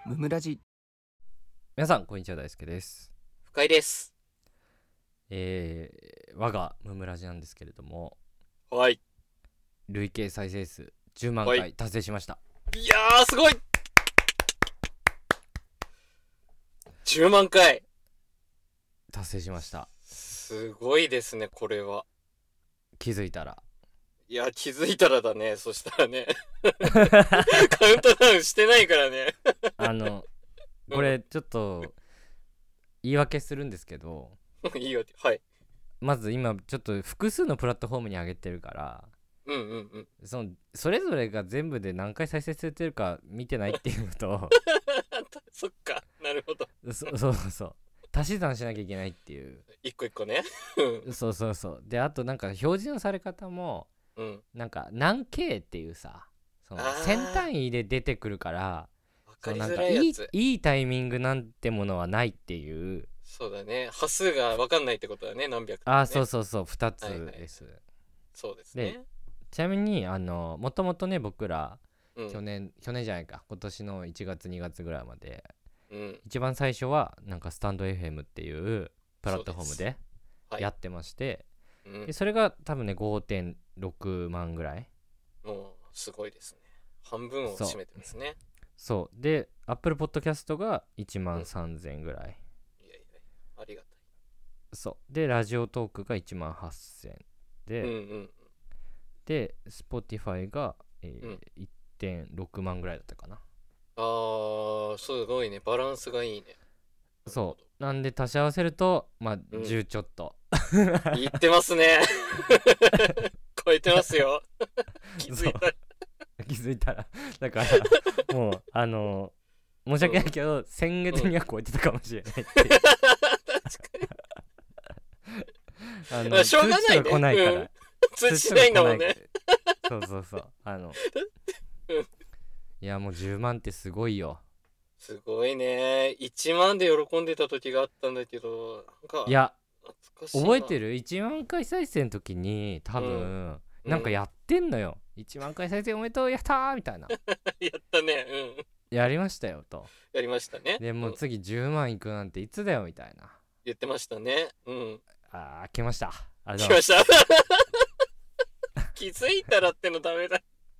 ムムラジ。 皆さんこんにちは、大輔です。 深井です。 我がムムラジなんですけれども、 はい。 累計再生数10万はい回達成しました。 いやー、すごい !10 万回達成しました。 すごいですね、これは。 気づいたらいや、気づいたらだね、そしたらね。カウントダウンしてないからね。 これちょっと言い訳するんですけど、 いいよ。はい。 まず今ちょっと複数のプラットフォームに上げてるから、 うんうんうん。 それぞれが全部で何回再生されてるか見てないっていうのとそっか、なるほど。 そう足し算しなきゃいけないっていう。 一個一個ね。 そうで、あとなんか表示のされ方もうん。 なんか何 K っていうさ、1000単位で出てくるから、 わかりなんかづらいやつ。 いいタイミングなんてものはないっていう。 そうだね。端数がわかんないってことだね、何百、ね。 そう2つです、 はいはい、そうですね。 ちなみにもともとね、僕ら、 うん、 去年じゃないか、今年の1月2月ぐらいまで、 うん、 一番最初はなんかスタンド FM っていうプラットフォームではい、 やってまして、 うん、 でそれが多分ね 5.6 万ぐらい。 もうすごいですね。半分を占めてますね。 そうで、 Apple Podcast が1万3000ぐらい、 いやありがたい。 そうで、ラジオトークが1万8000で、 うんうん、 で Spotify が、1.6 万ぐらいだったかな。 すごいね。バランスがいいね。 そうなんで足し合わせるとまあ10ちょっと、 言ってますね。超えてますよ。気づいたらだからもう申し訳ないけど、先月には超えてたかもしれないっていう確かに。しょうがないね。 通知が来ないから、 通知しないんだもんね。 そういや、もう10万ってすごいよ。 すごいね。1万で喜んでた時があったんだけど、なんかいや懐かしいな。 覚えてる？1万回再生の時に多分、なんかやってんのよ。1万回再生おめでとう、やったーみたいな。 やったね。 やりましたよと。 やりましたね。 でもう次10万いくなんていつだよみたいな。 言ってましたね。 来ました。 来ました。気づいたらってのダメだ。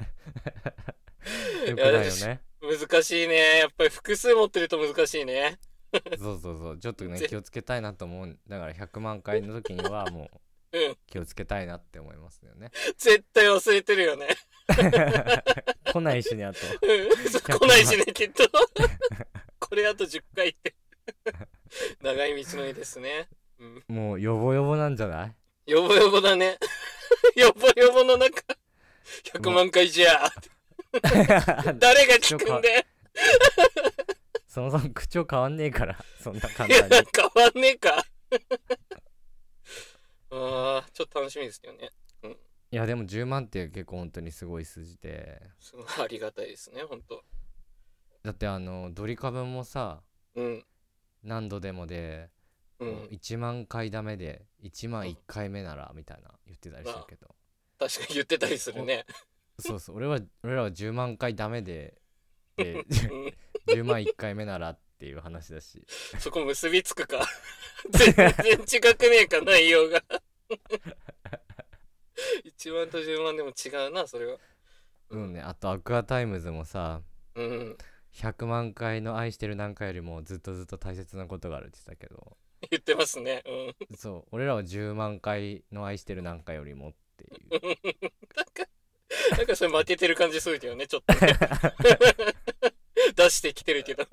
よくないよね。 難しいね。やっぱり複数持ってると難しいね。 そうちょっとね気をつけたいなと思う。だから100万回の時にはもう気をつけたいなって思いますよね。 絶対忘れてるよね。 来ないしね、あと来ないしね、きっと。これあと10回って長い道のりですね。 もうヨボヨボなんじゃない？ ヨボヨボだね。ヨボヨボの中100万回じゃ誰が聞くんで。 そもそも口調変わんねえからそんな簡単に。 変わんねえか。ちょっと楽しみですけどね。 いやでも10万って結構本当にすごい数字で、 すごいありがたいですね、本当。 だってドリカブもさ、何度でもで、1万回ダメで1万1回目ならみたいな言ってたりしたけど、 確かに言ってたりするね。 そう俺らは10万回ダメで10万1回目ならっていう話だしそこ結びつくか。全然違くねえか、内容が。1万と10万でも違うな、それは。 ね。あとアクアタイムズもさ、100万回の愛してるなんかよりもずっと大切なことがあるって言ってたけど、 言ってますね。 そう俺らは10万回の愛してるなんかよりもっていうなんかそれ負けてる感じするけどね、ちょっとね。出してきてるけど。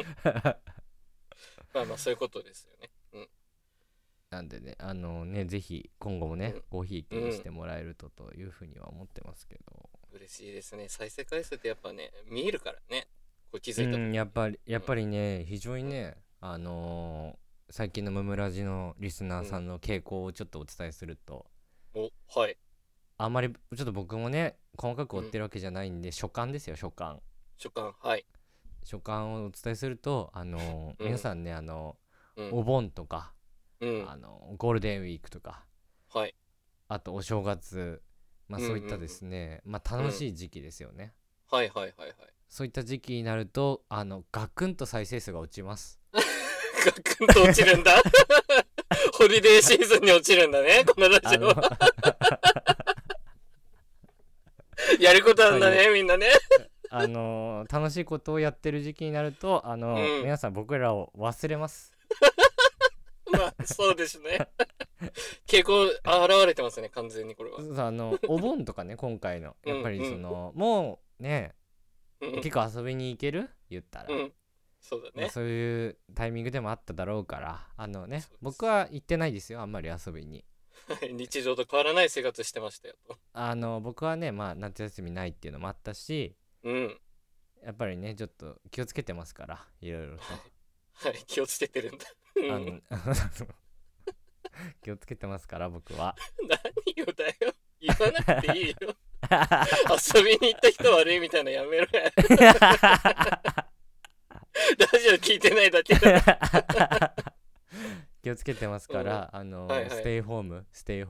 まあそういうことですよね。 なんでね、ぜひ今後もね、ごひいきにしてもらえるというふうには思ってますけど、 嬉しいですね。再生回数ってやっぱね、見えるからね、こう気づいた時。 やっぱりね、非常にね、最近のムムラジのリスナーさんの傾向をちょっとお伝えすると、 はい。 あんまりちょっと僕もね細かく追ってるわけじゃないんで、所感ですよ、所感。 はい。 所感をお伝えすると、皆さんね、お盆とか、ゴールデンウィークとか、 はい。 あとお正月、そういったですね、楽しい時期ですよね。 はい。 そういった時期になるとガクンと再生数が落ちます。 ガクンと落ちるんだ。ホリデーシーズンに落ちるんだね、このラジオは。やることあるんだね、みんなね。 楽しいことをやってる時期になると皆さん僕らを忘れます。 まあそうですね。傾向現れてますね、完全にこれは。 お盆とかね、今回のやっぱりもうね、結構遊びに行ける言ったら、 そうだね、 そういうタイミングでもあっただろうからね、僕は行ってないですよ、あんまり遊びに。 日常と変わらない生活してましたよと。僕はね、まあ夏休みないっていうのもあったし、やっぱりねちょっと気をつけてますから、いろいろと。 はい、気をつけてるんだ。 気をつけてますから僕は。 何よだよ、言わなくていいよ。遊びに行った人悪いみたいなやめろや。ラジオ聞いてないだけだ。 気をつけてますから、ステイホーム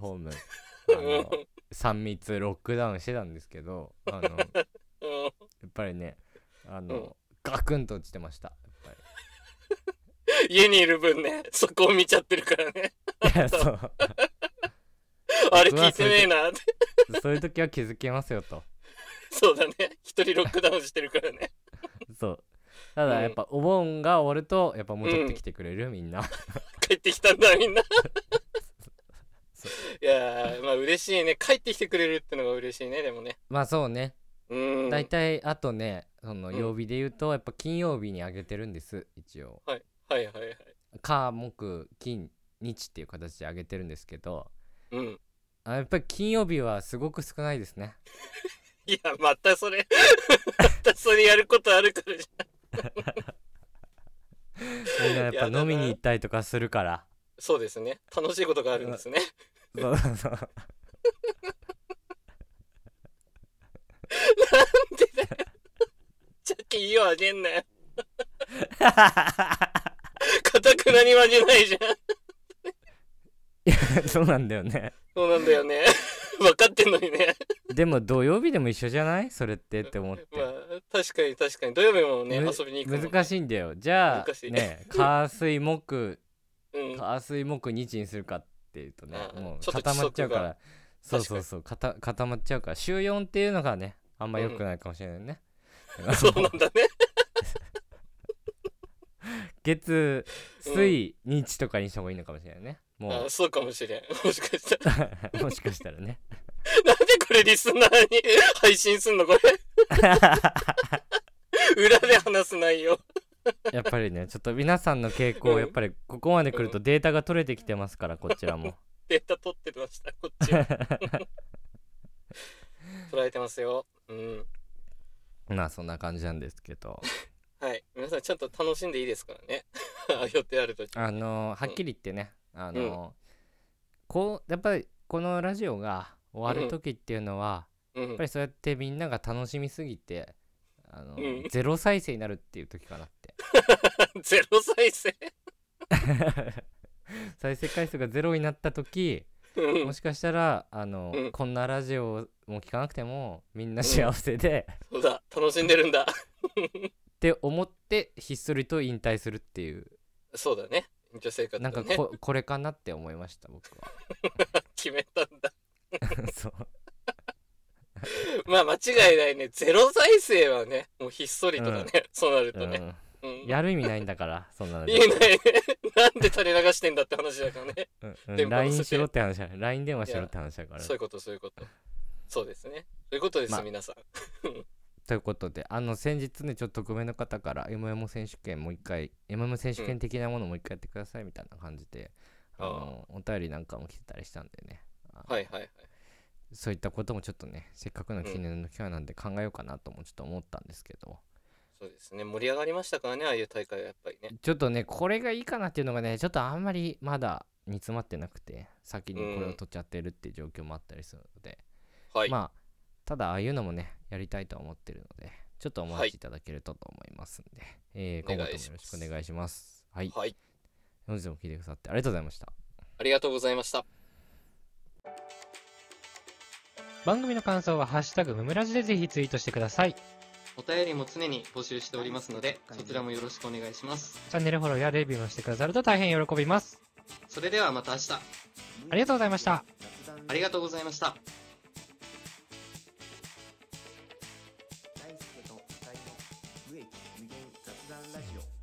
3密ロックダウンしてたんですけど、やっぱりねガクンと落ちてました。やっぱり家にいる分ね、そこを見ちゃってるからね。 いやそうあれ聞いてねえなって。 そういう時は気づけますよと。 そうだね、一人ロックダウンしてるからね。 そう、ただやっぱお盆が終わるとやっぱ戻ってきてくれる、みんな。 帰ってきたんだみんな。いやまあ嬉しいね、帰ってきてくれるってのが嬉しいね。でもね、 まあそうね、だいたいあとね曜日で言うとやっぱ金曜日にあげてるんです一応。 はい。 火木金日っていう形であげてるんですけど、やっぱり金曜日はすごく少ないですね。 いやまたそれやることあるからじゃん。みんなやっぱ飲みに行ったりとかするから。 そうですね、楽しいことがあるんですね。 そうなんでだよ。じゃあいいよあげんなよ。かたくなにまじないじゃん。 いやそうなんだよね。 そうなんだよね。分かってんのにね。 でも土曜日でも一緒じゃないそれってって思って。 まあ確かに土曜日もね遊びに行くの難しいんだよ。じゃあね、火水木日にするかっていうとね、もう固まっちゃうから。そう固まっちゃうから、週4っていうのがねあんま良くないかもしれないね。 そうなんだね。 月水日とかにした方がいいのかもしれないね。もうそうかもしれん、もしかしたら。 もしかしたらね。 なんでこれリスナーに配信すんのこれ。裏で話す内容。 やっぱりねちょっと皆さんの傾向、やっぱりここまで来るとデータが取れてきてますから、こちらも。 データ取ってました、こっちは。捉えてますよ。 まあそんな感じなんですけど。 はい、皆さんちゃんと楽しんでいいですからね。予定あるとき。 はっきり言ってね、やっぱりこのラジオが終わる時っていうのは、やっぱりそうやってみんなが楽しみすぎてゼロ再生になるっていう時かなって。 ゼロ再生。 再生回数がゼロになった時、もしかしたらこんなラジオも聞かなくてもみんな幸せで、 そうだ楽しんでるんだって思ってひっそりと引退するっていう。 そうだね、隠居生活、ね、 なんかこれかなって思いました僕は。 決めたんだ。 そうまあ間違いないね、ゼロ再生はねもうひっそりとだね、そうなるとね、 やる意味ないんだからそんなの。 いいね。なんで垂れ流してんだって話だからね。 LINE しろって話だ。LINE 電話しろって話だから。 そういうことそうですね、そういうことです、皆さん。 ということで先日ねちょっと匿名の方から MM 選手権もう一回 MM 選手権的なものもう一回やってくださいみたいな感じで、お便りなんかも来てたりしたんでね、そういったこともちょっとねせっかくの記念の機会なんで考えようかなともちょっと思ったんですけど、 そうですね、盛り上がりましたからね、ああいう大会はやっぱりね。 ちょっとねこれがいいかなっていうのがねちょっとあんまりまだ煮詰まってなくて、先にこれを取っちゃってるっていう状況もあったりするので、まあただああいうのもねやりたいとは思ってるので、ちょっとお待ちいただけると思いますんで、今後ともよろしくお願いします。はい、本日も聞いてくださってありがとうございました。 ありがとうございました。 番組の感想はハッシュタグムムラジでぜひツイートしてください。 お便りも常に募集しておりますので、そちらもよろしくお願いします。 チャンネルフォローやレビューもしてくださると大変喜びます。 それではまた明日。 ありがとうございました。 ありがとうございました。 大輔と二人の無益無限雑談ラジオ。